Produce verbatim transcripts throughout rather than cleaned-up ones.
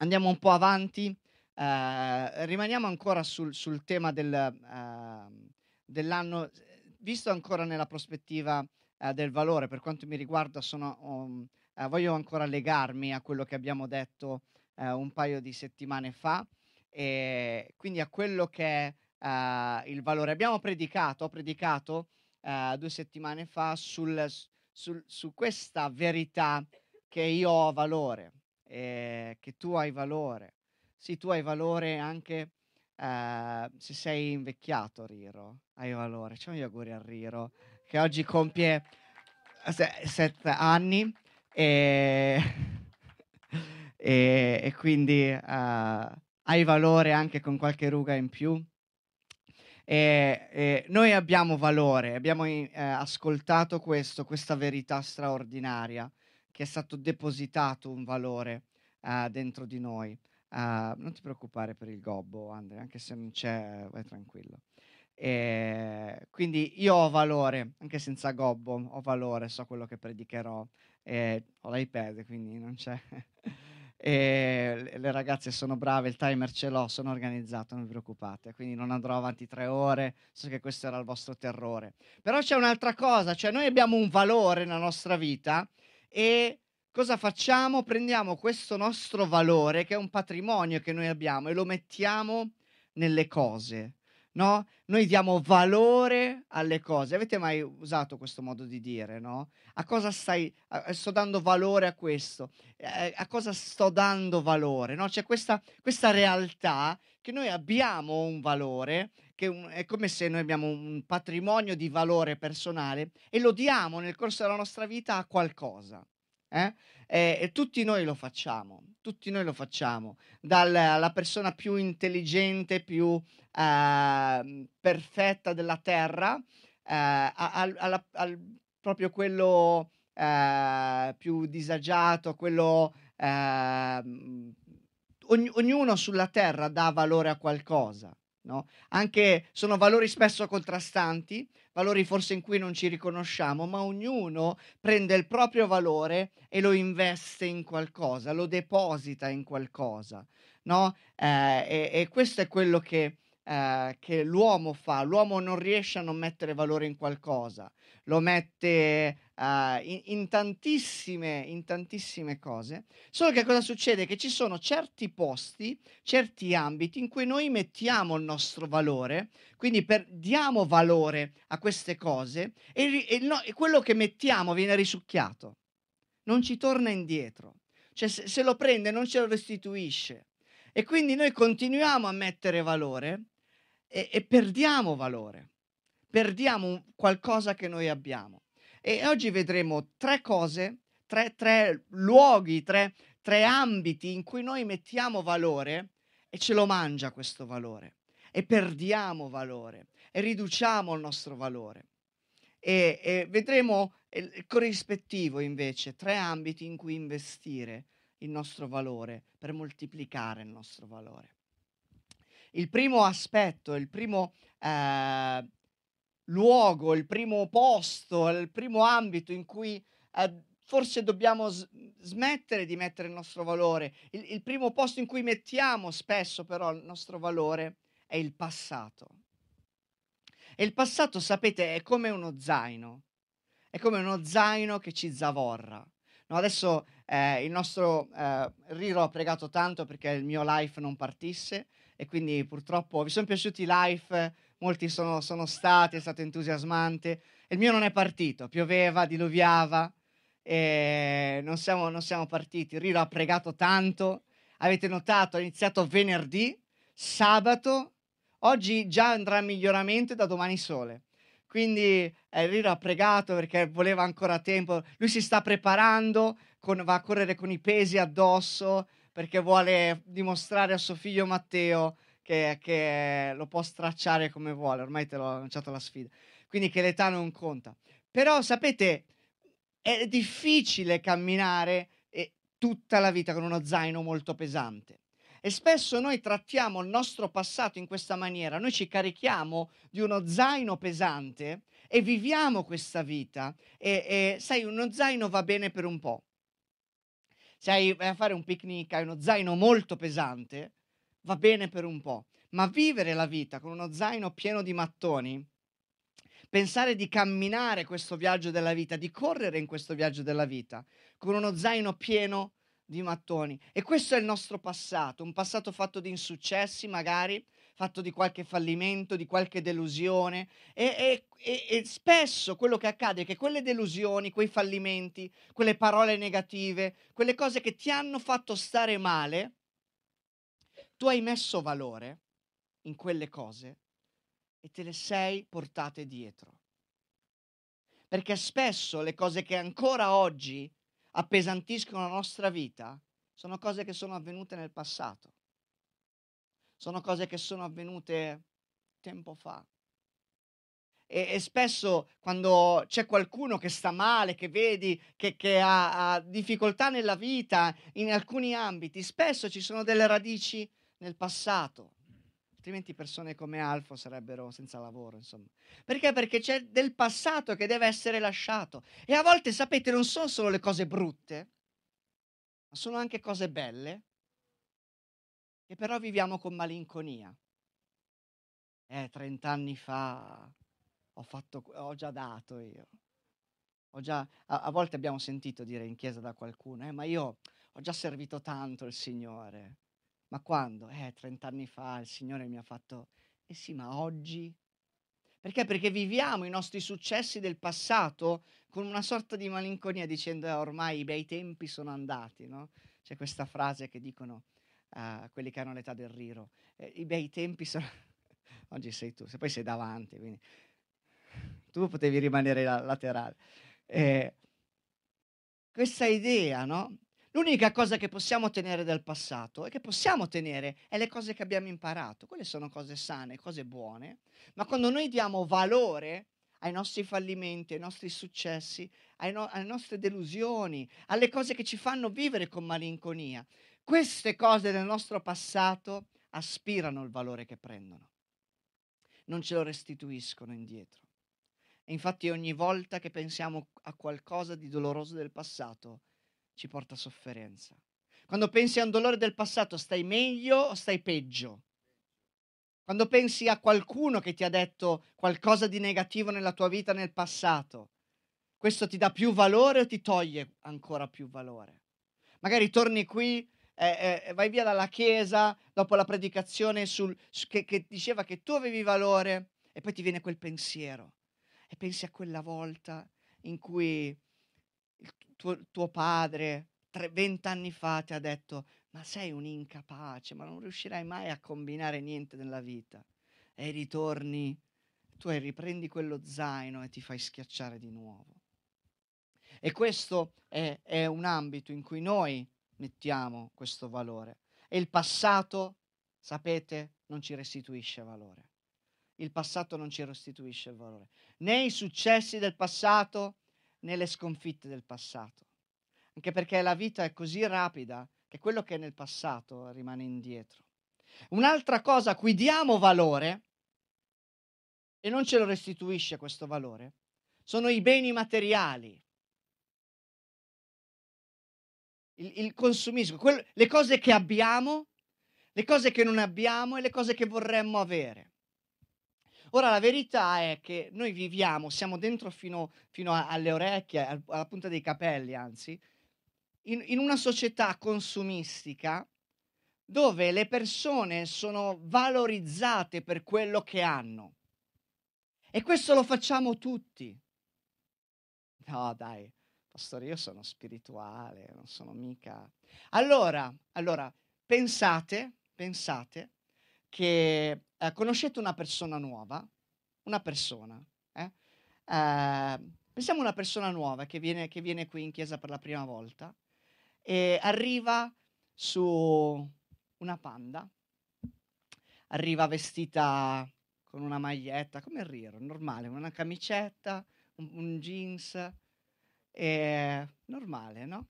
andiamo un po' avanti, ehm, rimaniamo ancora sul sul tema del ehm, dell'anno, s visto ancora nella prospettiva, ehm, del valore. Per quanto mi riguarda sono uhm, ehm, voglio ancora legarmi a quello che abbiamo detto, ehm, un paio di settimane fa, ehm, quindi a quello che è, ehm, il valore. Abbiamo predicato ho predicato, ehm, due settimane fa sul s sul su questa verità che io ho valore, ehm, che tu hai valore. Sì, tu hai valore anche, ehm, se sei invecchiato Riro, hai valore. Facciamo gli auguri a Riro che oggi compie se sette anni, ehm, e e quindi, ehm, hai valore anche con qualche ruga in più. Ehm, e noi abbiamo valore, abbiamo i ehm, ascoltato questo, questa verità straordinaria, che è stato depositato un valore, ehm, dentro di noi. Ehm, non ti preoccupare per il gobbo Andre, anche se non c'è, vai tranquillo. Ehm, quindi io ho valore, anche senza gobbo ho valore, so quello che predicherò, ehm, ho l'iPad quindi non c'è ehm, le le ragazze sono brave, il timer ce l'ho, sono organizzato, non vi preoccupate, quindi non andrò avanti tre ore, so che questo era il vostro terrore. Però c'è un'altra cosa, cioè noi abbiamo un valore nella nostra vita e cosa facciamo? Prendiamo questo nostro valore, che è un patrimonio che noi abbiamo, e lo mettiamo nelle cose, no, noi diamo valore alle cose. Avete mai usato questo modo di dire, no, a cosa stai a sto dando valore a questo, ehm, a cosa sto dando valore, no, c'è questa questa realtà che noi abbiamo un valore, che un è come se noi abbiamo un patrimonio di valore personale e lo diamo nel corso della nostra vita a qualcosa, eh, e e tutti noi lo facciamo, tutti noi lo facciamo, dal la persona più intelligente, più, ehm, perfetta della terra, ehm, a al alla al proprio quello, ehm, più disagiato, quello, ehm, ogn ognuno sulla terra dà valore a qualcosa, no, anche sono valori spesso contrastanti, valori forse in cui non ci riconosciamo, ma ognuno prende il proprio valore e lo investe in qualcosa, lo deposita in qualcosa, no, ehm, e e questo è quello che ehm, che l'uomo fa. L'uomo non riesce a non mettere valore in qualcosa, lo mette, uhm, in in tantissime in tantissime cose, solo che cosa succede? Che ci sono certi posti, certi ambiti in cui noi mettiamo il nostro valore, quindi per diamo valore a queste cose e ri e no e quello che mettiamo viene risucchiato, non ci torna indietro. Cioè se se lo prende non ce lo restituisce. E quindi noi continuiamo a mettere valore e e perdiamo valore, perdiamo un qualcosa che noi abbiamo. E oggi vedremo tre cose, tre tre luoghi, tre tre ambiti in cui noi mettiamo valore e ce lo mangia questo valore, e perdiamo valore, e riduciamo il nostro valore. E e vedremo il il corrispettivo invece, tre ambiti in cui investire il nostro valore per moltiplicare il nostro valore. Il primo aspetto, il primo, ehm, luogo, il primo posto, il primo ambito in cui, ehm, forse dobbiamo s mhmm, smettere di mettere il nostro valore, il il primo posto in cui mettiamo spesso però il nostro valore è il passato. E il passato sapete è come uno zaino, è come uno zaino che ci zavorra. No, adesso, ehm, il nostro, ehm, Riro ha pregato tanto perché il mio live non partisse e quindi purtroppo vi son piaciuti i live, molti sono sono stati, è stato entusiasmante. Il mio non è partito, pioveva, diluviava, ehm, non siamo non siamo partiti. Riro ha pregato tanto, avete notato, ha iniziato venerdì, sabato, oggi già andrà in miglioramento e da domani sole. Quindi, ehm, Riro ha pregato perché voleva ancora tempo. Lui si sta preparando, con va a correre con i pesi addosso, perché vuole dimostrare a suo figlio Matteo che che lo può stracciare come vuole, ormai te l'ho lanciato la sfida. Quindi che l'età non conta. Però sapete, è difficile camminare, ehm, tutta la vita con uno zaino molto pesante. E spesso noi trattiamo il nostro passato in questa maniera, noi ci carichiamo di uno zaino pesante e viviamo questa vita e e sai uno zaino va bene per un po'. Se hai vai a fare un picnic, hai uno zaino molto pesante, va bene per un po', ma vivere la vita con uno zaino pieno di mattoni, pensare di camminare questo viaggio della vita, di correre in questo viaggio della vita, con uno zaino pieno di mattoni. E questo è il nostro passato, un passato fatto di insuccessi magari, fatto di qualche fallimento, di qualche delusione e e e e spesso quello che accade è che quelle delusioni, quei fallimenti, quelle parole negative, quelle cose che ti hanno fatto stare male, tu hai messo valore in quelle cose e te le sei portate dietro. Perché spesso le cose che ancora oggi appesantiscono la nostra vita sono cose che sono avvenute nel passato, sono cose che sono avvenute tempo fa. E e spesso quando c'è qualcuno che sta male, che vedi che che ha ha difficoltà nella vita in alcuni ambiti, spesso ci sono delle radici nel passato, altrimenti persone come Alfo sarebbero senza lavoro, insomma. Perché? Perché c'è del passato che deve essere lasciato e a volte sapete non son solo le cose brutte, ma sono anche cose belle che però viviamo con malinconia. Eh, trenta anni fa ho fatto q ho già dato io. Ho già a a volte abbiamo sentito dire in chiesa da qualcuno: "Eh, ma io ho già servito tanto il Signore." "Ma quando?" "Eh, trenta anni fa il Signore mi ha fatto" "Eh sì, ma oggi?" Perché? Perché viviamo i nostri successi del passato con una sorta di malinconia dicendo: "Eh, ormai i bei tempi sono andati", no, c'è questa frase che dicono, uhm, quelli che hanno l'età del Riro: "Ehm, i bei tempi sono" oggi sei tu, se poi sei davanti, quindi tu potevi rimanere la laterale. Ehm Questa idea, no, l'unica cosa che possiamo tenere del passato e che possiamo tenere è le cose che abbiamo imparato. Quelle sono cose sane, cose buone, ma quando noi diamo valore ai nostri fallimenti, ai nostri successi, ai no alle nostre delusioni, alle cose che ci fanno vivere con malinconia, queste cose del nostro passato aspirano il valore che prendono, non ce lo restituiscono indietro. E infatti ogni volta che pensiamo a qualcosa di doloroso del passato, ci porta sofferenza. Quando pensi a un dolore del passato, stai meglio o stai peggio? Quando pensi a qualcuno che ti ha detto qualcosa di negativo nella tua vita nel passato, questo ti dà più valore o ti toglie ancora più valore? Magari torni qui, e e vai via dalla chiesa dopo la predicazione sul s che che diceva che tu avevi valore e poi ti viene quel pensiero e pensi a quella volta in cui il tuo tuo padre tre venti anni fa ti ha detto: "Ma sei un incapace, ma non riuscirai mai a combinare niente nella vita." E ritorni tu e riprendi quello zaino e ti fai schiacciare di nuovo. E questo è è un ambito in cui noi mettiamo questo valore e il passato, sapete, non ci restituisce valore. Il passato non ci restituisce valore, né i successi del passato, né le sconfitte del passato. Anche perché la vita è così rapida che quello che è nel passato rimane indietro. Un'altra cosa a cui diamo valore e non ce lo restituisce questo valore, sono i beni materiali. Il il consumismo, quel le cose che abbiamo, le cose che non abbiamo e le cose che vorremmo avere. Ora la verità è che noi viviamo, siamo dentro fino fino a alle orecchie, al alla punta dei capelli anzi, in in una società consumistica dove le persone sono valorizzate per quello che hanno. E questo lo facciamo tutti. No dai, pastore io sono spirituale, non sono mica allora allora pensate pensate che, ehm, conoscete una persona nuova, una persona, eh, ehm, pensiamo a una persona nuova che viene che viene qui in chiesa per la prima volta e arriva su una Panda, arriva vestita con una maglietta come il Riro, normale, una camicetta, un un jeans. Ehm, normale, no,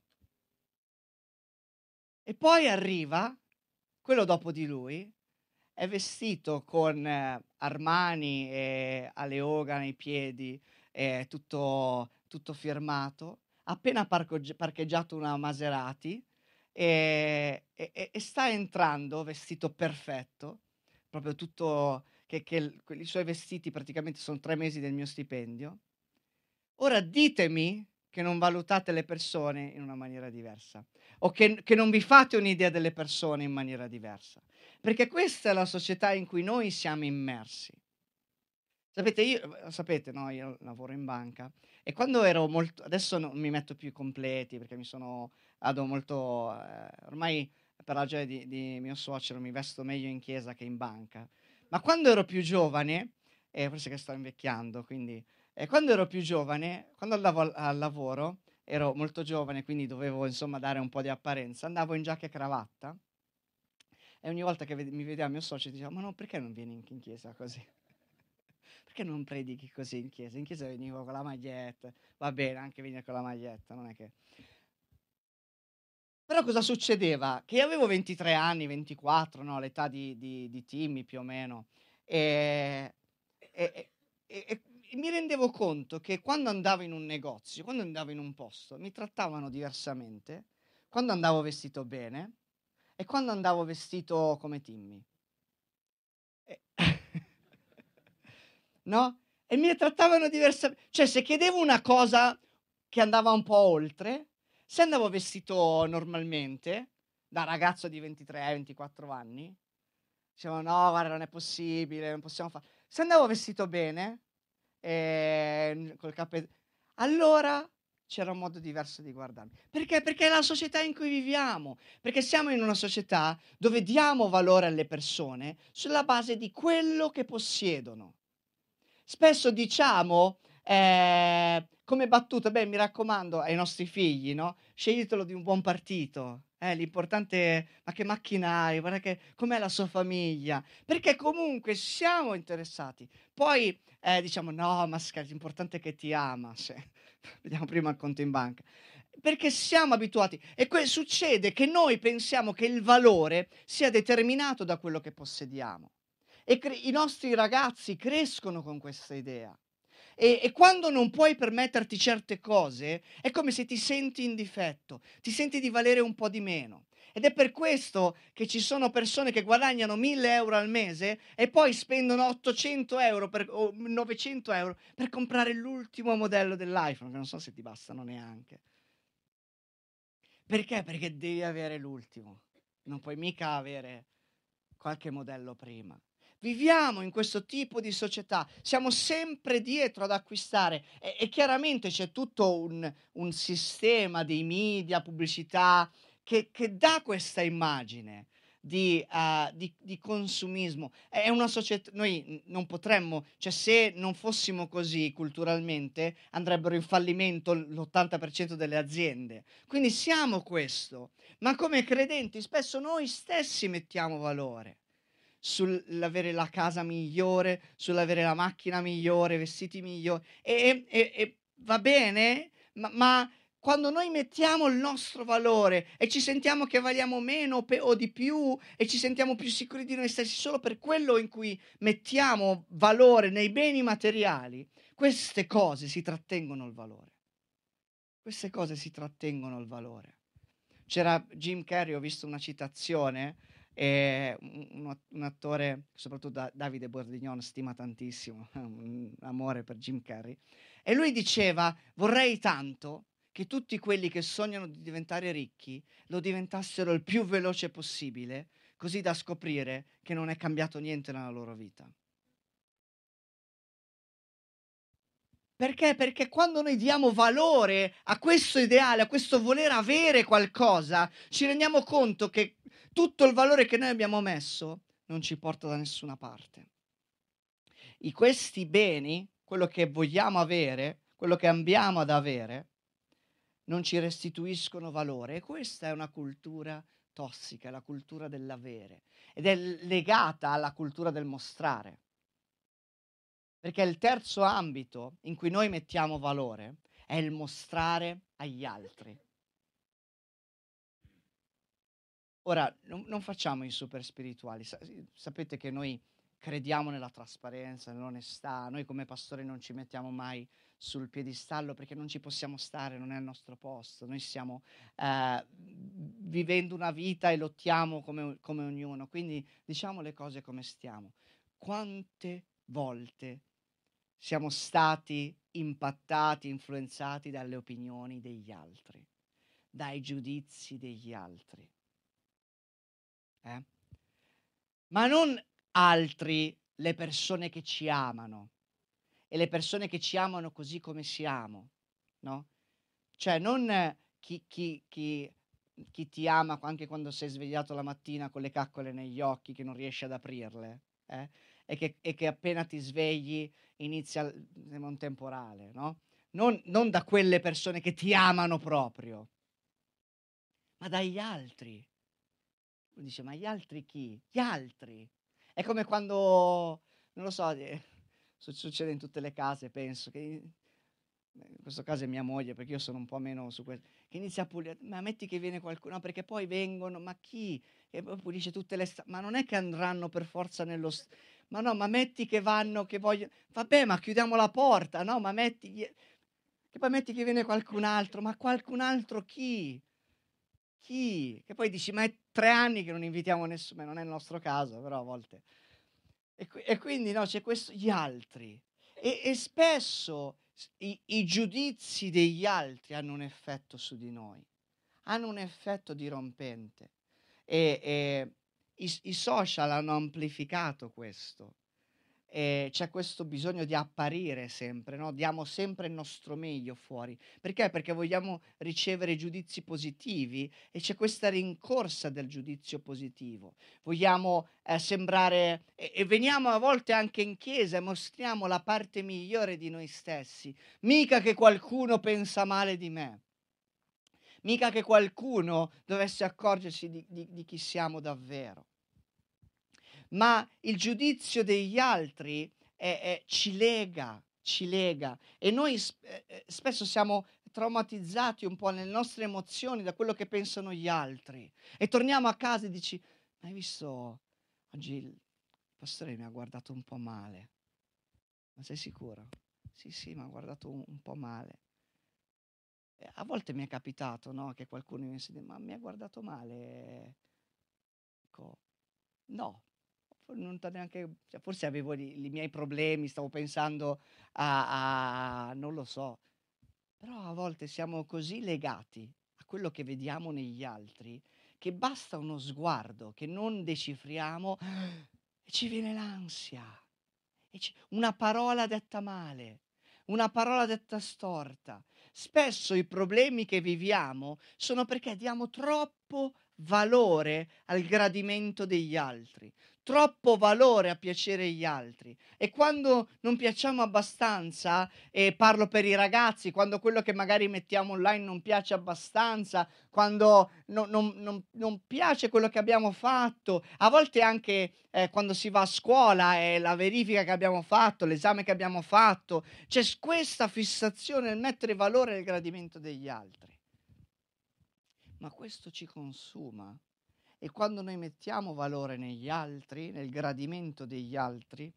e poi arriva quello dopo di lui, è vestito con eh, Armani e Aleoga nei piedi, ehm, tutto tutto firmato, ha appena parcogg parcheggiato una Maserati, e, e- e- e sta entrando vestito perfetto, proprio tutto, che, che il- que- i suoi vestiti praticamente sono tre mesi del mio stipendio. Ora ditemi che non valutate le persone in una maniera diversa o che, che non vi fate un'idea delle persone in maniera diversa, perché questa è la società in cui noi siamo immersi. Sapete io uhm, sapete, no, io lavoro in banca e quando ero molt adesso non mi metto più i completi perché mi sono vado molto ehm, ormai per la gioia di di mio suocero mi vesto meglio in chiesa che in banca. Ma quando ero più giovane, e forse che sto invecchiando, quindi ehm, quando ero più giovane, quando andavo al al lavoro, ero molto giovane, quindi dovevo insomma dare un po' di apparenza, andavo in giacca e cravatta e ogni volta che ved mi vedeva mio socio diceva: "Ma no, perché non vieni anche in chiesa così?" Perché non predichi così in chiesa? In chiesa venivo con la maglietta, va bene anche venire con la maglietta, non è che però cosa succedeva? Che io avevo ventitré anni, ventiquattro, no, l'età di di di Timmy più o meno, ehm, e e e e e mi rendevo conto che quando andavo in un negozio, quando andavo in un posto, mi trattavano diversamente quando andavo vestito bene e quando andavo vestito come Timmy. E no, e mi trattavano diversa cioè se chiedevo una cosa che andava un po' oltre, se andavo vestito normalmente, da ragazzo di ventitré, ventiquattro anni, dicevano: "No guarda non è possibile, non possiamo fa" se andavo vestito bene, ehm, col cappe allora c'era un modo diverso di guardarmi. Perché? Perché è la società in cui viviamo, perché siamo in una società dove diamo valore alle persone sulla base di quello che possiedono. Spesso diciamo, ehm, come battuta: "Beh, mi raccomando" ai nostri figli, no: "Sceglietelo di un buon partito, eh, l'importante ma che macchina hai? Guarda che com'è la sua famiglia?" Perché comunque siamo interessati. Poi, ehm, diciamo: "No, ma scherzi, l'importante è che ti ama." Se vediamo prima il conto in banca. Perché siamo abituati e que succede che noi pensiamo che il valore sia determinato da quello che possediamo. E cre i nostri ragazzi crescono con questa idea. E e quando non puoi permetterti certe cose, è come se ti senti in difetto, ti senti di valere un po' di meno. Ed è per questo che ci sono persone che guadagnano mille euro € al mese e poi spendono ottocento euro € per o novecento euro € per comprare l'ultimo modello dell'iPhone, che non so se ti bastano neanche. Perché? Perché devi avere l'ultimo. Non puoi mica avere qualche modello prima. Viviamo in questo tipo di società, siamo sempre dietro ad acquistare e e chiaramente c'è tutto un un sistema di media, pubblicità che che dà questa immagine di uhm, di di consumismo. È una societ noi n non potremmo cioè se non fossimo così culturalmente andrebbero in fallimento l'ottanta per cento delle aziende. Quindi siamo questo, ma come credenti spesso noi stessi mettiamo valore sull'avere la casa migliore, sull'avere la macchina migliore, vestiti miglio e e e va bene, ma ma quando noi mettiamo il nostro valore e ci sentiamo che valiamo meno o pe o di più e ci sentiamo più sicuri di noi stessi solo per quello in cui mettiamo valore nei beni materiali, queste cose si trattengono il valore. Queste cose si trattengono il valore. C'era Jim Carrey, ho visto una citazione, ehm, un un a un attore, soprattutto Da Davide Bordignon stima tantissimo, un amore per Jim Carrey, e lui diceva: "Vorrei tanto che tutti quelli che sognano di diventare ricchi lo diventassero il più veloce possibile, così da scoprire che non è cambiato niente nella loro vita." Perché? Perché quando noi diamo valore a questo ideale, a questo voler avere qualcosa, ci rendiamo conto che tutto il valore che noi abbiamo messo non ci porta da nessuna parte. I questi beni, quello che vogliamo avere, quello che ambiamo ad avere, non ci restituiscono valore e questa è una cultura tossica, è la cultura dell'avere ed è l legata alla cultura del mostrare. Perché il terzo ambito in cui noi mettiamo valore è il mostrare agli altri. Ora, non non facciamo i super spirituali, sa si sapete che noi crediamo nella trasparenza, nell'onestà, noi come pastori non ci mettiamo mai sul piedistallo perché non ci possiamo stare, non è il nostro posto. Noi stiamo eh, vivendo una vita e lottiamo come, come ognuno, quindi diciamo le cose come stiamo. Quante volte siamo stati impattati, influenzati dalle opinioni degli altri, dai giudizi degli altri? Eh? Ma non altri, le persone che ci amano e le persone che ci amano così come siamo, no? Cioè non eh, chi chi chi chi ti ama anche quando sei svegliato la mattina con le caccole negli occhi che non riesci ad aprirle, eh, e che e che appena ti svegli inizia l sembra un temporale, no, non non da quelle persone che ti amano proprio, ma dagli altri. Uno dice: "Ma gli altri chi?" Gli altri. È come quando, non lo so, ehm, su succede in tutte le case penso, che ehm, in questo caso è mia moglie, perché io sono un po' meno su que che inizia a puli ma metti che viene qualcuno, no, perché poi vengono, ma chi? E poi pulisce tutte le sta ma non è che andranno per forza nello s ma no, ma metti che vanno, che voglio vabbè, ma chiudiamo la porta, no, ma metti gli che poi metti che viene qualcun altro, ma qualcun altro chi? Chi? Che poi dici: "Ma è tre anni che non invitiamo nessu" ma non è il nostro caso, però a volte e qui e quindi no, c'è questo gli altri. E e spesso s i i giudizi degli altri hanno un effetto su di noi, hanno un effetto dirompente e, ehm, i s i social hanno amplificato questo. Ehm, c'è questo bisogno di apparire sempre, no, diamo sempre il nostro meglio fuori. Perché? Perché vogliamo ricevere giudizi positivi e c'è questa rincorsa del giudizio positivo. Vogliamo, ehm, sembrare e e veniamo a volte anche in chiesa e mostriamo la parte migliore di noi stessi. Mica che qualcuno pensa male di me, mica che qualcuno dovesse accorgersi di di di chi siamo davvero. Ma il giudizio degli altri, eh, eh, ci lega, ci lega e noi s ehm, ehm, spesso siamo traumatizzati un po' nelle nostre emozioni da quello che pensano gli altri e torniamo a casa e dici: "Ma hai visto oggi il pastore mi ha guardato un po' male." "Ma sei sicuro?" "Sì, sì, m'ha guardato un un po' male." E a volte mi è capitato, no, che qualcuno mi si "Ma mi ha guardato male?" Dico: "No." For non t'ho neanche cioè forse avevo i i miei problemi, stavo pensando a a non lo so, però a volte siamo così legati a quello che vediamo negli altri, che basta uno sguardo che non decifriamo e ci viene l'ansia. E ci una parola detta male, una parola detta storta. Spesso i problemi che viviamo sono perché diamo troppo valore al gradimento degli altri, troppo valore a piacere gli altri e quando non piacciamo abbastanza, e parlo per i ragazzi, quando quello che magari mettiamo online non piace abbastanza, quando no non non non piace quello che abbiamo fatto, a volte anche, ehm, quando si va a scuola e la verifica che abbiamo fatto, l'esame che abbiamo fatto, c'è s questa fissazione nel mettere valore al gradimento degli altri. Ma questo ci consuma e quando noi mettiamo valore negli altri, nel gradimento degli altri,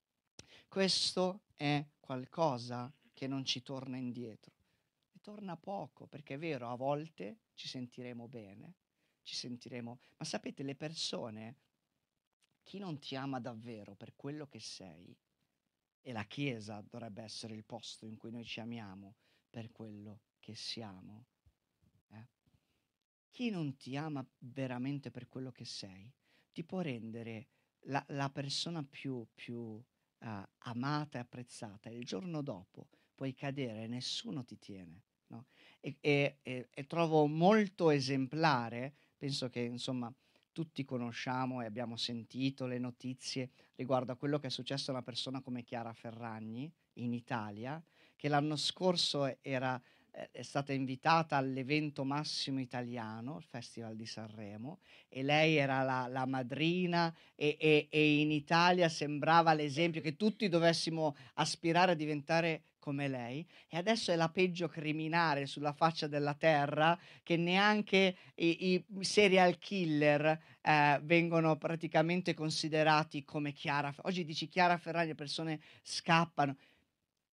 questo è qualcosa che non ci torna indietro. E torna poco, perché è vero, a volte ci sentiremo bene, ci sentiremo ma sapete le persone, chi non ti ama davvero per quello che sei, e la Chiesa dovrebbe essere il posto in cui noi ci amiamo per quello che siamo, eh, chi non ti ama veramente per quello che sei, ti può rendere la la persona più più, uhm, amata e apprezzata e il giorno dopo puoi cadere e nessuno ti tiene, no, e e e e trovo molto esemplare, penso che insomma tutti conosciamo e abbiamo sentito le notizie riguardo a quello che è successo a una persona come Chiara Ferragni in Italia, che l'anno scorso era è è stata invitata all'evento massimo italiano, il Festival di Sanremo, e lei era la la madrina e e e in Italia sembrava l'esempio che tutti dovessimo aspirare a diventare come lei, e adesso è la peggio criminale sulla faccia della terra, che neanche i i serial killer, ehm, vengono praticamente considerati come Chiara F oggi dici Chiara Ferragni, le persone scappano.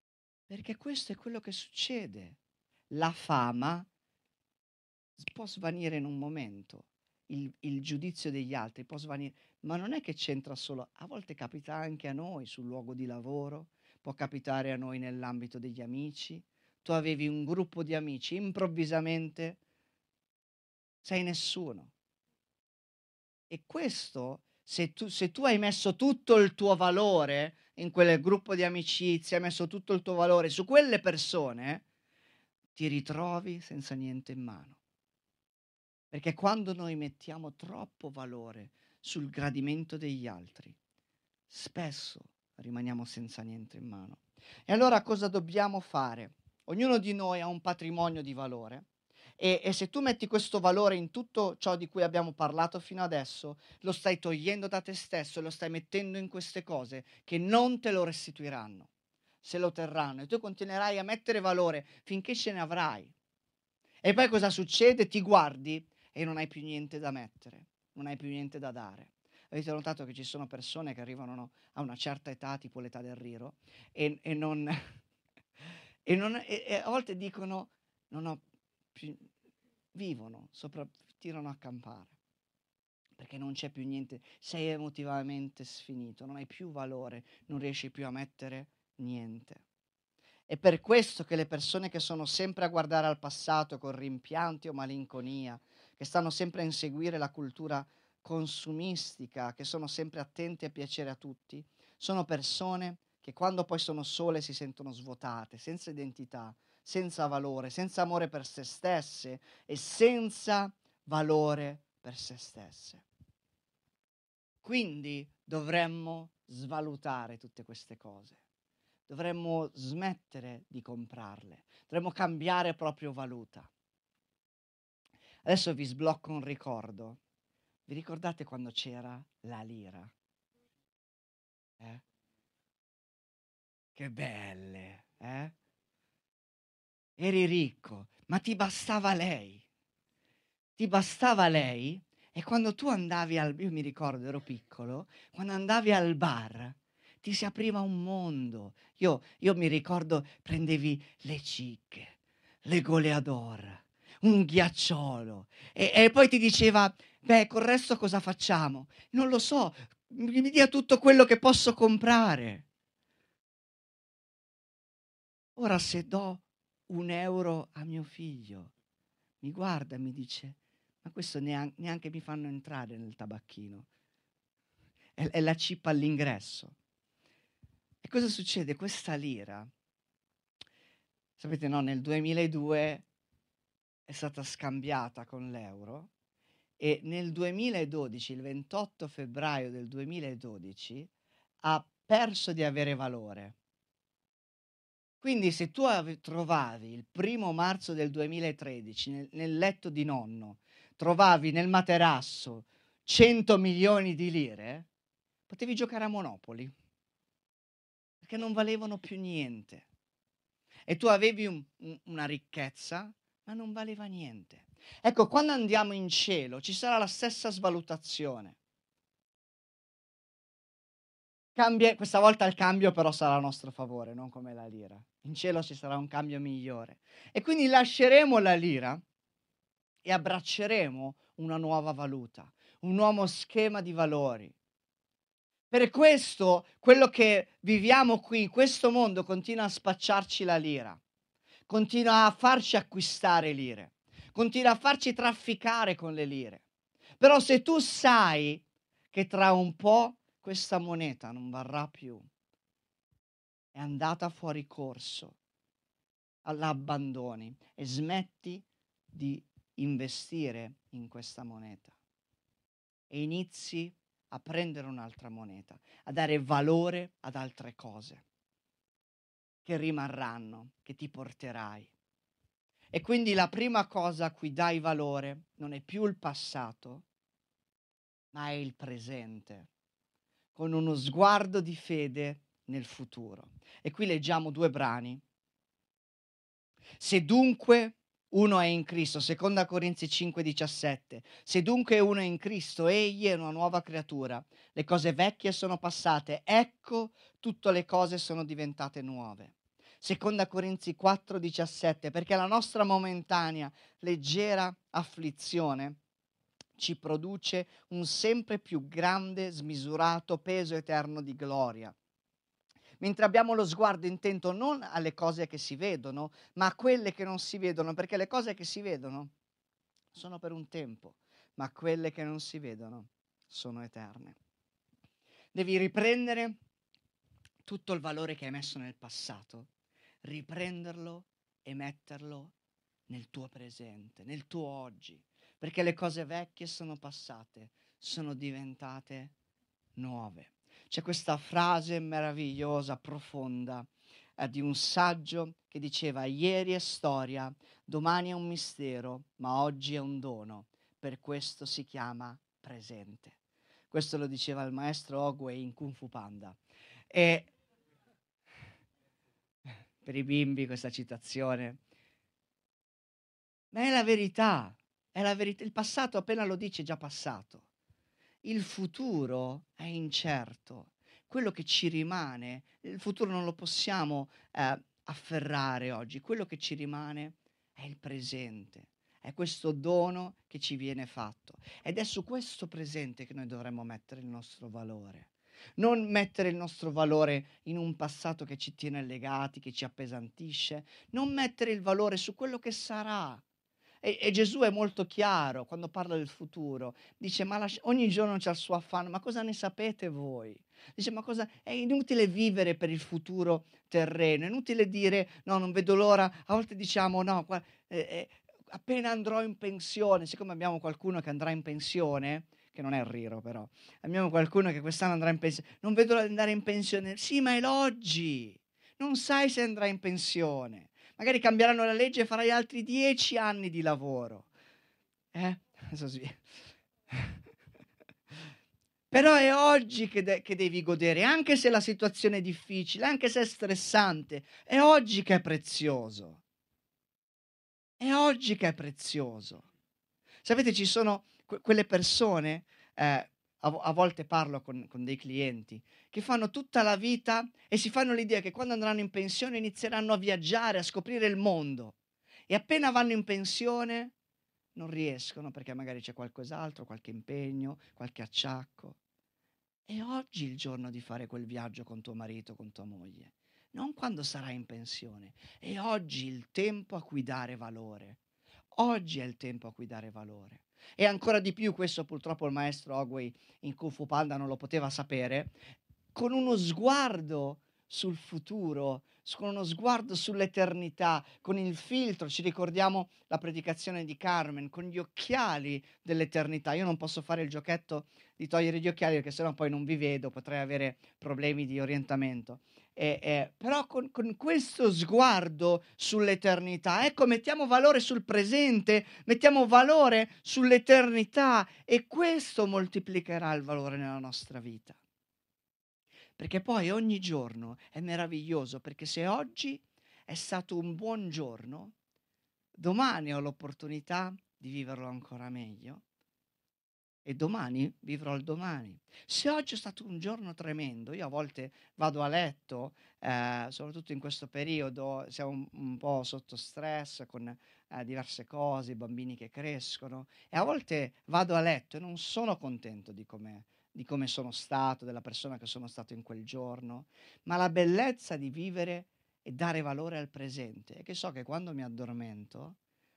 Perché questo è quello che succede. La fama s può svanire in un momento, il il giudizio degli altri può svanire, ma non è che c'entra solo, a volte capita anche a noi sul luogo di lavoro, può capitare a noi nell'ambito degli amici. Tu avevi un gruppo di amici, improvvisamente sei nessuno. E questo, se tu se tu hai messo tutto il tuo valore in quel gruppo di amicizia, hai messo tutto il tuo valore su quelle persone, ti ritrovi senza niente in mano. Perché quando noi mettiamo troppo valore sul gradimento degli altri, spesso rimaniamo senza niente in mano. E allora cosa dobbiamo fare? Ognuno di noi ha un patrimonio di valore e, e se tu metti questo valore in tutto ciò di cui abbiamo parlato fino adesso, lo stai togliendo da te stesso e lo stai mettendo in queste cose che non te lo restituiranno, se lo terranno, e tu continuerai a mettere valore finché ce ne avrai. E poi cosa succede? Ti guardi e non hai più niente da mettere, non hai più niente da dare. Avete notato che ci sono persone che arrivano no, a una certa età, tipo l'età del Riro, e, e non, e, non- e- e a volte dicono, non ho più, vivono, sopra, tirano a campare, perché non c'è più niente, sei emotivamente sfinito, non hai più valore, non riesci più a mettere niente. È per questo che le persone che sono sempre a guardare al passato con rimpianti o malinconia, che stanno sempre a inseguire la cultura consumistica, che sono sempre attenti a piacere a tutti, sono persone che quando poi sono sole si sentono svuotate, senza identità, senza valore, senza amore per se stesse e senza valore per se stesse. Quindi dovremmo svalutare tutte queste cose. Dovremmo smettere di comprarle, dovremmo cambiare proprio valuta. Adesso vi sblocco un ricordo. Vi ricordate quando c'era la lira? Eh? Che belle, eh? Eri ricco, ma ti bastava lei. Ti bastava lei e quando tu andavi al io mi ricordo, ero piccolo, quando andavi al bar ti si apriva un mondo. Io io mi ricordo prendevi le cicche, le goleador, un ghiacciolo e e poi ti diceva: "Beh, col resto cosa facciamo?" "Non lo so, mi mi dia tutto quello che posso comprare." Ora se do un euro a mio figlio, mi guarda e mi dice: "Ma questo nean neanche mi fanno entrare nel tabacchino, è è la chip all'ingresso." E cosa succede? Questa lira, sapete no, nel duemiladue è stata scambiata con l'euro e nel duemiladodici, il ventotto febbraio del duemiladodici, ha perso di avere valore. Quindi se tu ave trovavi il primo marzo del duemilatredici nel nel letto di nonno, trovavi nel materasso cento milioni di lire, potevi giocare a Monopoli, perché non valevano più niente. E tu avevi un un una ricchezza, ma non valeva niente. Ecco, quando andiamo in cielo ci sarà la stessa svalutazione. Cambie questa volta il cambio però sarà a nostro favore, non come la lira. In cielo ci sarà un cambio migliore. E quindi lasceremo la lira e abbracceremo una nuova valuta, un nuovo schema di valori. Per questo quello che viviamo qui, in questo mondo, continua a spacciarci la lira, continua a farci acquistare lire, continua a farci trafficare con le lire. Però se tu sai che tra un po' questa moneta non varrà più, è andata fuori corso, la abbandoni e smetti di investire in questa moneta e inizi a prendere un'altra moneta, a dare valore ad altre cose che rimarranno, che ti porterai. E quindi la prima cosa a cui dai valore non è più il passato, ma è il presente, con uno sguardo di fede nel futuro. E qui leggiamo due brani. Se dunque uno è in Cristo, seconda Corinzi cinque diciassette, se dunque uno è in Cristo, egli è una nuova creatura, le cose vecchie sono passate, ecco tutte le cose sono diventate nuove. Seconda Corinzi quattro diciassette, perché la nostra momentanea, leggera afflizione ci produce un sempre più grande, smisurato peso eterno di gloria. Mentre abbiamo lo sguardo intento non alle cose che si vedono, ma a quelle che non si vedono, perché le cose che si vedono sono per un tempo, ma quelle che non si vedono sono eterne. Devi riprendere tutto il valore che hai messo nel passato, riprenderlo e metterlo nel tuo presente, nel tuo oggi, perché le cose vecchie sono passate, sono diventate nuove. C'è questa frase meravigliosa, profonda, eh, di un saggio che diceva: ieri è storia, domani è un mistero, ma oggi è un dono, per questo si chiama presente. Questo lo diceva il maestro Oogway in Kung Fu Panda. E per i bimbi questa citazione, ma è la verità, è la verità. Il passato appena lo dice è già passato. Il futuro è incerto. Quello che ci rimane, il futuro non lo possiamo eh, afferrare oggi, quello che ci rimane è il presente, è questo dono che ci viene fatto. Ed è su questo presente che noi dovremmo mettere il nostro valore. Non mettere il nostro valore in un passato che ci tiene legati, che ci appesantisce, non mettere il valore su quello che sarà. E, e Gesù è molto chiaro quando parla del futuro. Dice: ma lascia- ogni giorno c'è il suo affanno, ma cosa ne sapete voi? Dice: ma cosa, è inutile vivere per il futuro terreno, è inutile dire no, non vedo l'ora. A volte diciamo no, qua- eh, eh, appena andrò in pensione, siccome abbiamo qualcuno che andrà in pensione, che non è il Riro però, abbiamo qualcuno che quest'anno andrà in pensione, non vedo l'ora di andare in pensione. Sì, ma è l'oggi, non sai se andrai in pensione. Magari cambieranno la legge e farai altri dieci anni di lavoro. Eh? Adesso sì. Però è oggi che, de- che devi godere, anche se la situazione è difficile, anche se è stressante, è oggi che è prezioso. È oggi che è prezioso. Sapete, ci sono que- quelle persone, eh, a, vo- a volte parlo con, con dei clienti, che fanno tutta la vita e si fanno l'idea che quando andranno in pensione inizieranno a viaggiare, a scoprire il mondo. E appena vanno in pensione non riescono perché magari c'è qualcos'altro, qualche impegno, qualche acciacco. È oggi il giorno di fare quel viaggio con tuo marito, con tua moglie, non quando sarai in pensione. È oggi il tempo a cui dare valore. Oggi è il tempo a cui dare valore. E ancora di più, questo purtroppo il maestro Oogway in Kung Fu Panda non lo poteva sapere, con uno sguardo sul futuro, s- con uno sguardo sull'eternità, con il filtro, ci ricordiamo la predicazione di Carmen, con gli occhiali dell'eternità. Io non posso fare il giochetto di togliere gli occhiali perché sennò poi non vi vedo, potrei avere problemi di orientamento. Eh, eh, però con, con questo sguardo sull'eternità, ecco, mettiamo valore sul presente, mettiamo valore sull'eternità e questo moltiplicherà il valore nella nostra vita. Perché poi ogni giorno è meraviglioso, perché se oggi è stato un buon giorno, domani ho l'opportunità di viverlo ancora meglio e domani vivrò il domani. Se oggi è stato un giorno tremendo, io a volte vado a letto, eh, soprattutto in questo periodo, siamo un, un po' sotto stress con eh, diverse cose, i bambini che crescono, e a volte vado a letto e non sono contento di come, di come sono stato, della persona che sono stato in quel giorno, ma la bellezza di vivere e dare valore al presente è che so che quando mi addormento,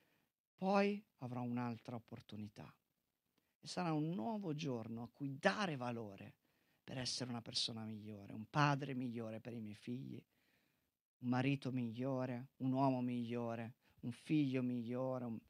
poi avrò un'altra opportunità. E sarà un nuovo giorno a cui dare valore per essere una persona migliore, un padre migliore per i miei figli, un marito migliore, un uomo migliore, un figlio migliore, un,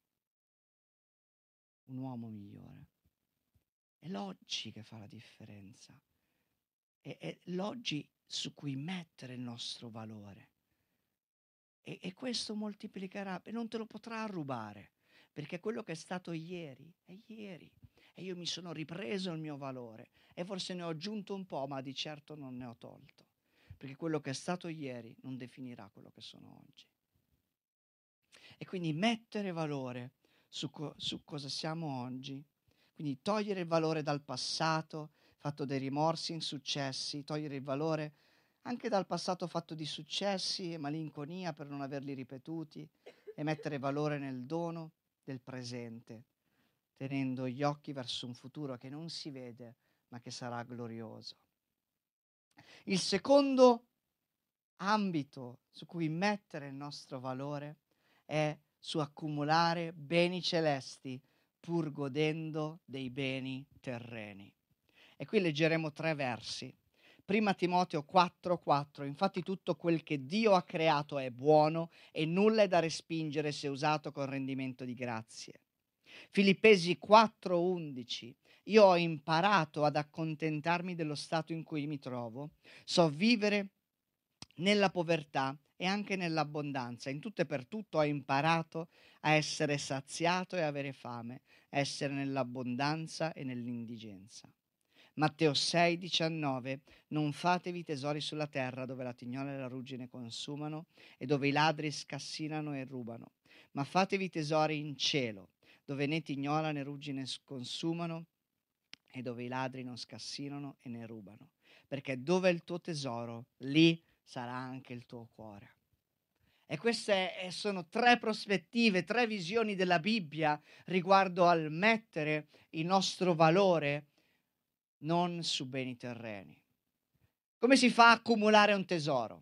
un uomo migliore. È l'oggi che fa la differenza. È, è l'oggi su cui mettere il nostro valore. E, e questo moltiplicherà e non te lo potrà rubare, perché quello che è stato ieri è ieri. E io mi sono ripreso il mio valore e forse ne ho aggiunto un po', ma di certo non ne ho tolto, perché quello che è stato ieri non definirà quello che sono oggi. E quindi mettere valore su, co- su cosa siamo oggi, quindi togliere il valore dal passato, fatto dei rimorsi, insuccessi, togliere il valore anche dal passato fatto di successi e malinconia per non averli ripetuti, e mettere valore nel dono del presente, tenendo gli occhi verso un futuro che non si vede, ma che sarà glorioso. Il secondo ambito su cui mettere il nostro valore è su accumulare beni celesti pur godendo dei beni terreni. E qui leggeremo tre versi. Prima Timoteo quattro quattro, infatti tutto quel che Dio ha creato è buono e nulla è da respingere se usato con rendimento di grazie. Filippesi quattro undici, io ho imparato ad accontentarmi dello stato in cui mi trovo, so vivere nella povertà e anche nell'abbondanza. In tutto e per tutto ho imparato a essere saziato e avere fame, a essere nell'abbondanza e nell'indigenza. Matteo sei diciannove, non fatevi tesori sulla terra dove la tignola e la ruggine consumano e dove i ladri scassinano e rubano, ma fatevi tesori in cielo dove né tignola né ruggine consumano e dove i ladri non scassinano e ne rubano, perché dove è il tuo tesoro, lì sarà anche il tuo cuore. E queste sono tre prospettive, tre visioni della Bibbia riguardo al mettere il nostro valore non su beni terreni. Come si fa a accumulare un tesoro?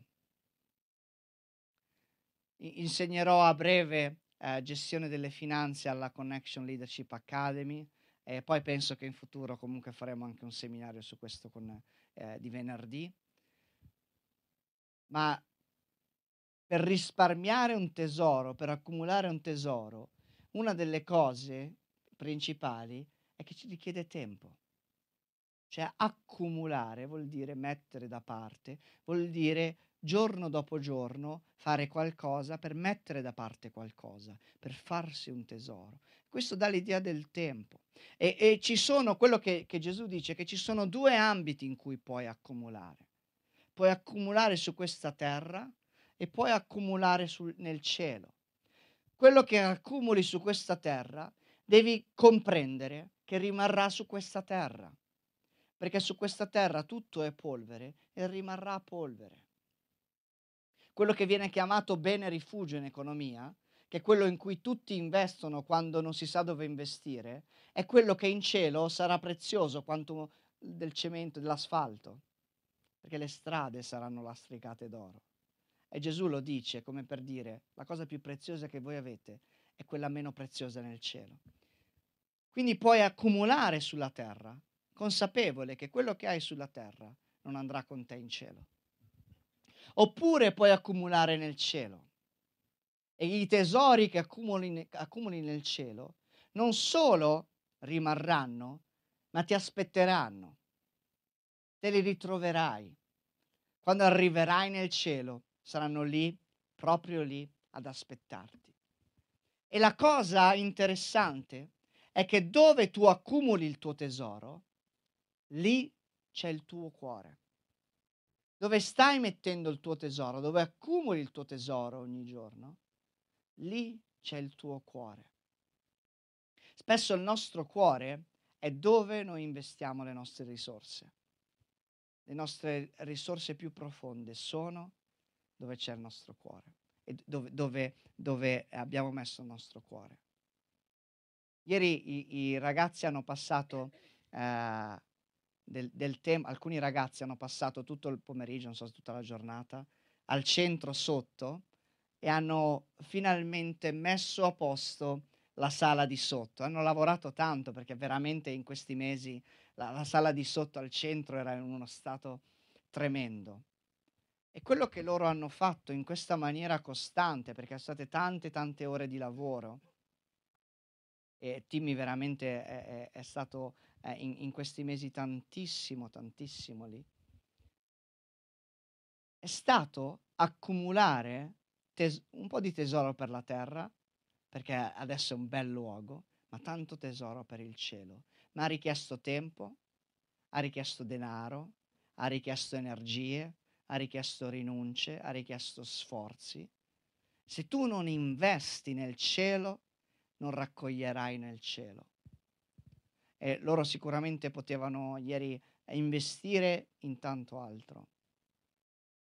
Insegnerò a breve eh, gestione delle finanze alla Connection Leadership Academy e poi penso che in futuro comunque faremo anche un seminario su questo con, eh, di venerdì. Ma per risparmiare un tesoro, per accumulare un tesoro, una delle cose principali è che ci richiede tempo. Cioè accumulare vuol dire mettere da parte, vuol dire giorno dopo giorno fare qualcosa per mettere da parte qualcosa, per farsi un tesoro. Questo dà l'idea del tempo. E, e ci sono, quello che, che Gesù dice, che ci sono due ambiti in cui puoi accumulare. Puoi accumulare su questa terra e puoi accumulare sul, nel cielo. Quello che accumuli su questa terra devi comprendere che rimarrà su questa terra, perché su questa terra tutto è polvere e rimarrà polvere. Quello che viene chiamato bene rifugio in economia, che è quello in cui tutti investono quando non si sa dove investire, è quello che in cielo sarà prezioso quanto del cemento, dell'asfalto, perché le strade saranno lastricate d'oro. E Gesù lo dice come per dire, la cosa più preziosa che voi avete è quella meno preziosa nel cielo. Quindi puoi accumulare sulla terra, consapevole che quello che hai sulla terra non andrà con te in cielo. Oppure puoi accumulare nel cielo. E i tesori che accumuli, accumuli nel cielo non solo rimarranno, ma ti aspetteranno. Te li ritroverai. Quando arriverai nel cielo, saranno lì, proprio lì, ad aspettarti. E la cosa interessante è che dove tu accumuli il tuo tesoro, lì c'è il tuo cuore. Dove stai mettendo il tuo tesoro, dove accumuli il tuo tesoro ogni giorno, lì c'è il tuo cuore. Spesso il nostro cuore è dove noi investiamo le nostre risorse. Le nostre risorse più profonde sono dove c'è il nostro cuore e dove, dove, dove abbiamo messo il nostro cuore. Ieri i, i ragazzi hanno passato eh, del, del tempo, alcuni ragazzi hanno passato tutto il pomeriggio, non so se tutta la giornata, al centro sotto e hanno finalmente messo a posto la sala di sotto. Hanno lavorato tanto perché veramente in questi mesi la, la sala di sotto al centro era in uno stato tremendo. E quello che loro hanno fatto in questa maniera costante, perché sono state tante tante ore di lavoro, e Timmy veramente è, è, è stato eh, in, in questi mesi tantissimo, tantissimo lì, è stato accumulare tes- un po' di tesoro per la terra, perché adesso è un bel luogo, ma tanto tesoro per il cielo. Ma ha richiesto tempo, ha richiesto denaro, ha richiesto energie, ha richiesto rinunce, ha richiesto sforzi. Se tu non investi nel cielo, non raccoglierai nel cielo. E loro sicuramente potevano ieri investire in tanto altro.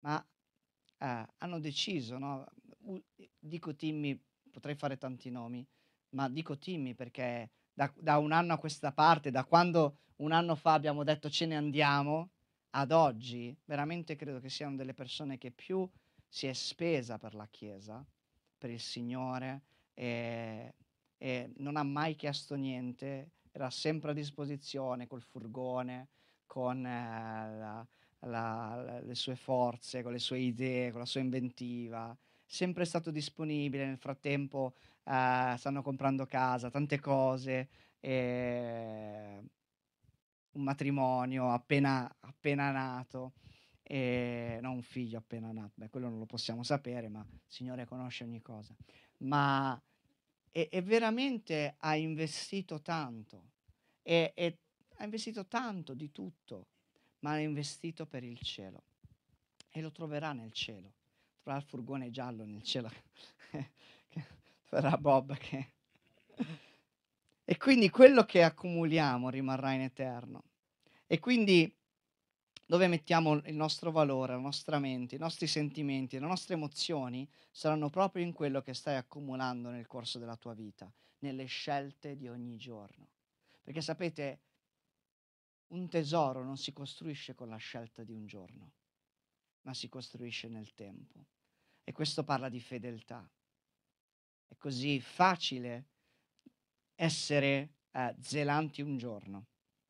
ma eh, hanno deciso, no? U- dico Timmy, potrei fare tanti nomi, ma dico Timmy perché da, da un anno a questa parte, da quando un anno fa abbiamo detto ce ne andiamo, ad oggi, veramente credo che siano delle persone che più si è spesa per la Chiesa, per il Signore, e, e non ha mai chiesto niente, era sempre a disposizione col furgone, con eh, la- la- la- le sue forze, con le sue idee, con la sua inventiva, sempre stato disponibile. Nel frattempo eh, stanno comprando casa, tante cose, e un matrimonio appena, appena nato, e non un figlio appena nato, beh, quello non lo possiamo sapere, ma il Signore conosce ogni cosa. Ma e, e veramente ha investito tanto, e, e ha investito tanto di tutto, ma ha investito per il cielo e lo troverà nel cielo. Troverà il furgone giallo nel cielo. Che- troverà Bob che... E quindi quello che accumuliamo rimarrà in eterno. E quindi dove mettiamo il nostro valore, la nostra mente, i nostri sentimenti, le nostre emozioni saranno proprio in quello che stai accumulando nel corso della tua vita, nelle scelte di ogni giorno. Perché sapete, un tesoro non si costruisce con la scelta di un giorno, ma si costruisce nel tempo. E questo parla di fedeltà. È così facile essere eh, zelanti un giorno,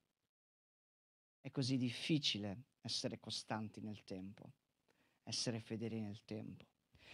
è così difficile essere costanti nel tempo, essere fedeli nel tempo.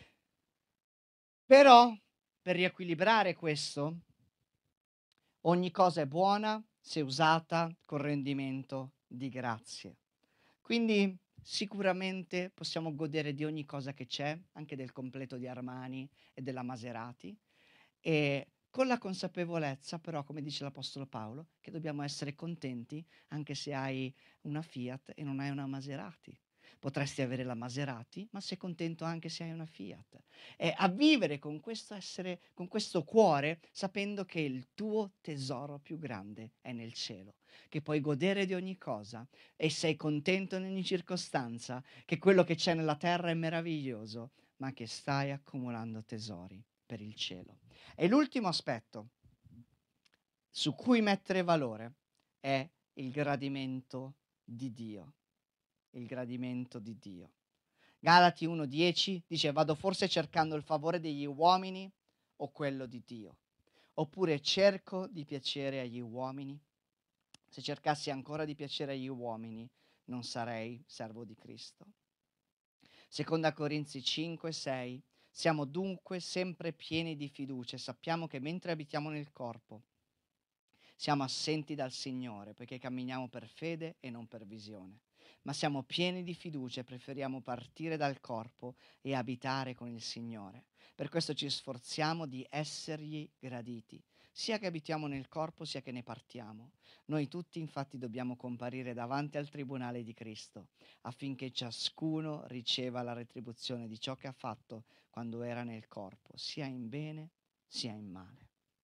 Però, per riequilibrare questo, ogni cosa è buona se usata con rendimento di grazie. Quindi sicuramente possiamo godere di ogni cosa che c'è, anche del completo di Armani e della Maserati, e con la consapevolezza però, come dice l'Apostolo Paolo, che dobbiamo essere contenti anche se hai una Fiat e non hai una Maserati. Potresti avere la Maserati, ma sei contento anche se hai una Fiat. E a vivere con questo essere, con questo cuore, sapendo che il tuo tesoro più grande è nel cielo, che puoi godere di ogni cosa e sei contento in ogni circostanza, che quello che c'è nella terra è meraviglioso, ma che stai accumulando tesori per il cielo. E l'ultimo aspetto su cui mettere valore è il gradimento di Dio. Il gradimento di Dio. Galati uno dieci dice: vado forse cercando il favore degli uomini o quello di Dio? Oppure cerco di piacere agli uomini? Se cercassi ancora di piacere agli uomini, non sarei servo di Cristo. Seconda Corinzi cinque sei. Siamo dunque sempre pieni di fiducia e sappiamo che mentre abitiamo nel corpo, siamo assenti dal Signore, perché camminiamo per fede e non per visione. Ma siamo pieni di fiducia e preferiamo partire dal corpo e abitare con il Signore. Per questo ci sforziamo di essergli graditi, sia che abitiamo nel corpo sia che ne partiamo. Noi tutti infatti dobbiamo comparire davanti al tribunale di Cristo, affinché ciascuno riceva la retribuzione di ciò che ha fatto quando era nel corpo, sia in bene sia in male.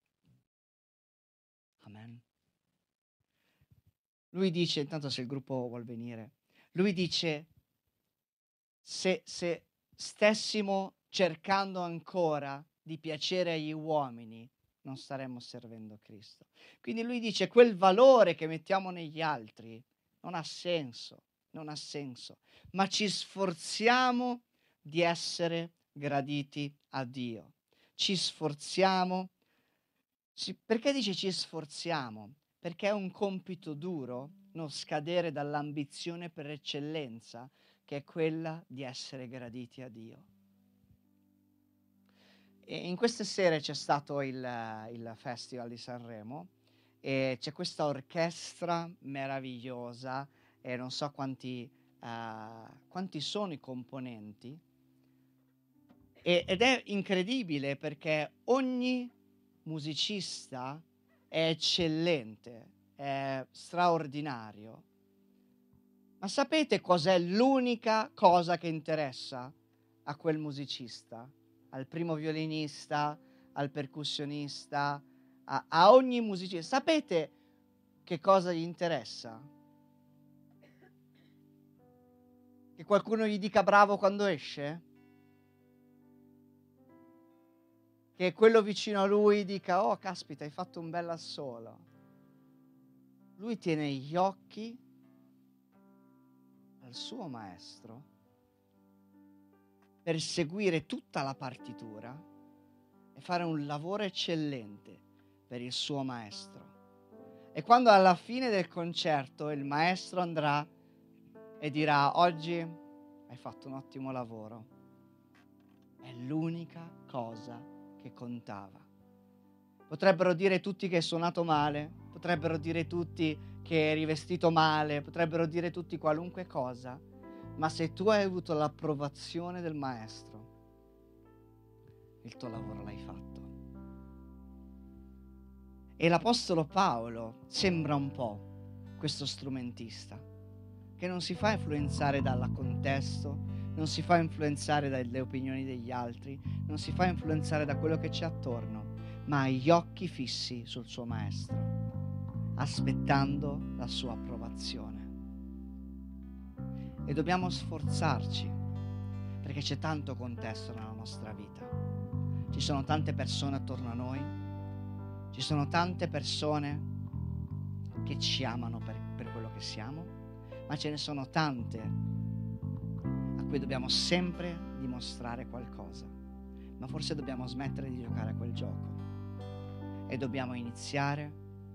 Amen. Lui dice, intanto se il gruppo vuol venire, lui dice, se, se stessimo cercando ancora di piacere agli uomini, non staremmo servendo Cristo. Quindi lui dice, quel valore che mettiamo negli altri non ha senso, non ha senso, ma ci sforziamo di essere graditi a Dio. Ci sforziamo. Ci- perché dice ci sforziamo? Perché è un compito duro non scadere dall'ambizione per eccellenza, che è quella di essere graditi a Dio. E in queste sere c'è stato il, il Festival di Sanremo e c'è questa orchestra meravigliosa e non so quanti, eh, quanti sono i componenti, e- ed è incredibile perché ogni musicista è eccellente, è straordinario. Ma sapete cos'è l'unica cosa che interessa a quel musicista? Al primo violinista, al percussionista, a, a ogni musicista. Sapete che cosa gli interessa? Che Che qualcuno gli dica bravo quando esce? Che quello vicino a lui dica: "Oh, caspita, hai fatto un bell'assolo." Lui tiene gli occhi al suo maestro per seguire tutta la partitura e fare un lavoro eccellente per il suo maestro. E quando alla fine del concerto il maestro andrà e dirà: "Oggi hai fatto un ottimo lavoro", è l'unica cosa che contava. Potrebbero dire tutti che hai suonato male, potrebbero dire tutti che eri vestito male, potrebbero dire tutti qualunque cosa, ma se tu hai avuto l'approvazione del maestro, il tuo lavoro l'hai fatto. E l'apostolo Paolo sembra un po' questo strumentista, che non si fa influenzare dal contesto, non si fa influenzare dalle opinioni degli altri, non si fa influenzare da quello che c'è attorno, ma ha gli occhi fissi sul suo maestro, aspettando la sua approvazione. E dobbiamo sforzarci, perché c'è tanto contesto nella nostra vita. Ci sono tante persone attorno a noi, ci sono tante persone che ci amano per, per quello che siamo, ma ce ne sono tante a cui dobbiamo sempre dimostrare qualcosa. Ma forse dobbiamo smettere di giocare a quel gioco e dobbiamo iniziare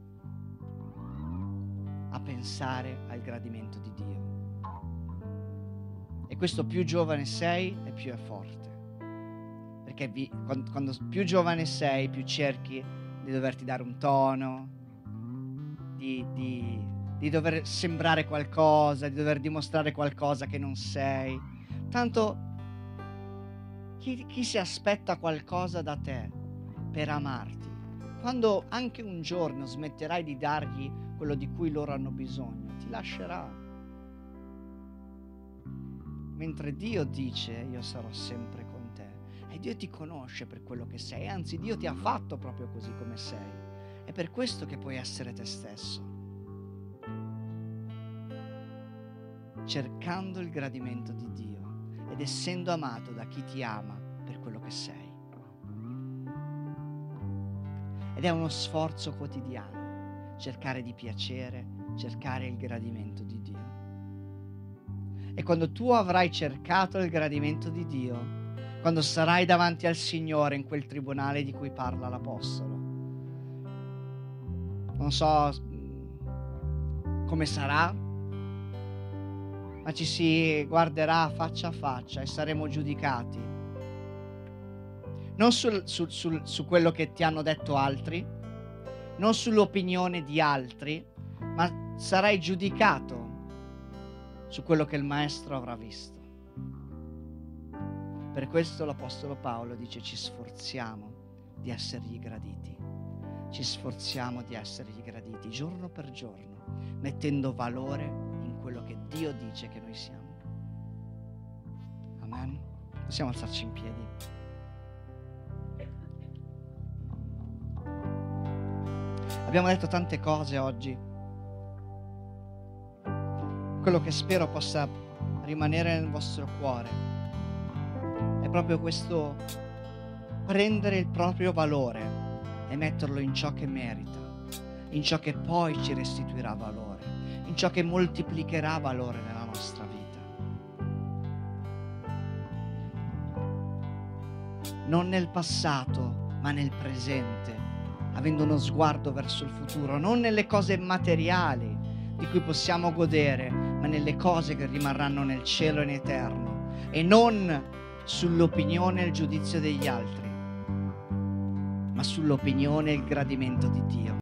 a pensare al gradimento di Dio. E questo più giovane sei e più è forte, perché vi, quando, quando più giovane sei, più cerchi di doverti dare un tono, di, di, di dover sembrare qualcosa, di dover dimostrare qualcosa che non sei. Tanto chi, chi si aspetta qualcosa da te per amarti, quando anche un giorno smetterai di dargli quello di cui loro hanno bisogno, ti lascerà. Mentre Dio dice: io sarò sempre con te. E Dio ti conosce per quello che sei, anzi Dio ti ha fatto proprio così come sei. È per questo che puoi essere te stesso, cercando il gradimento di Dio ed essendo amato da chi ti ama per quello che sei. Ed è uno sforzo quotidiano cercare di piacere, cercare il gradimento di Dio. E quando tu avrai cercato il gradimento di Dio, quando sarai davanti al Signore in quel tribunale di cui parla l'Apostolo, non so come sarà, ma ci si guarderà faccia a faccia e saremo giudicati non sul, sul, sul, su quello che ti hanno detto altri, non sull'opinione di altri, ma sarai giudicato su quello che il Maestro avrà visto. Per questo l'Apostolo Paolo dice: ci sforziamo di essergli graditi, ci sforziamo di essergli graditi giorno per giorno, mettendo valore in quello che Dio dice che noi siamo. Amen. Possiamo alzarci in piedi? Abbiamo detto tante cose oggi. Quello che spero possa rimanere nel vostro cuore è proprio questo: prendere il proprio valore e metterlo in ciò che merita, in ciò che poi ci restituirà valore, in ciò che moltiplicherà valore nella nostra vita. Non nel passato, ma nel presente, avendo uno sguardo verso il futuro, non nelle cose materiali di cui possiamo godere, ma nelle cose che rimarranno nel cielo in eterno, e non sull'opinione e il giudizio degli altri, ma sull'opinione e il gradimento di Dio.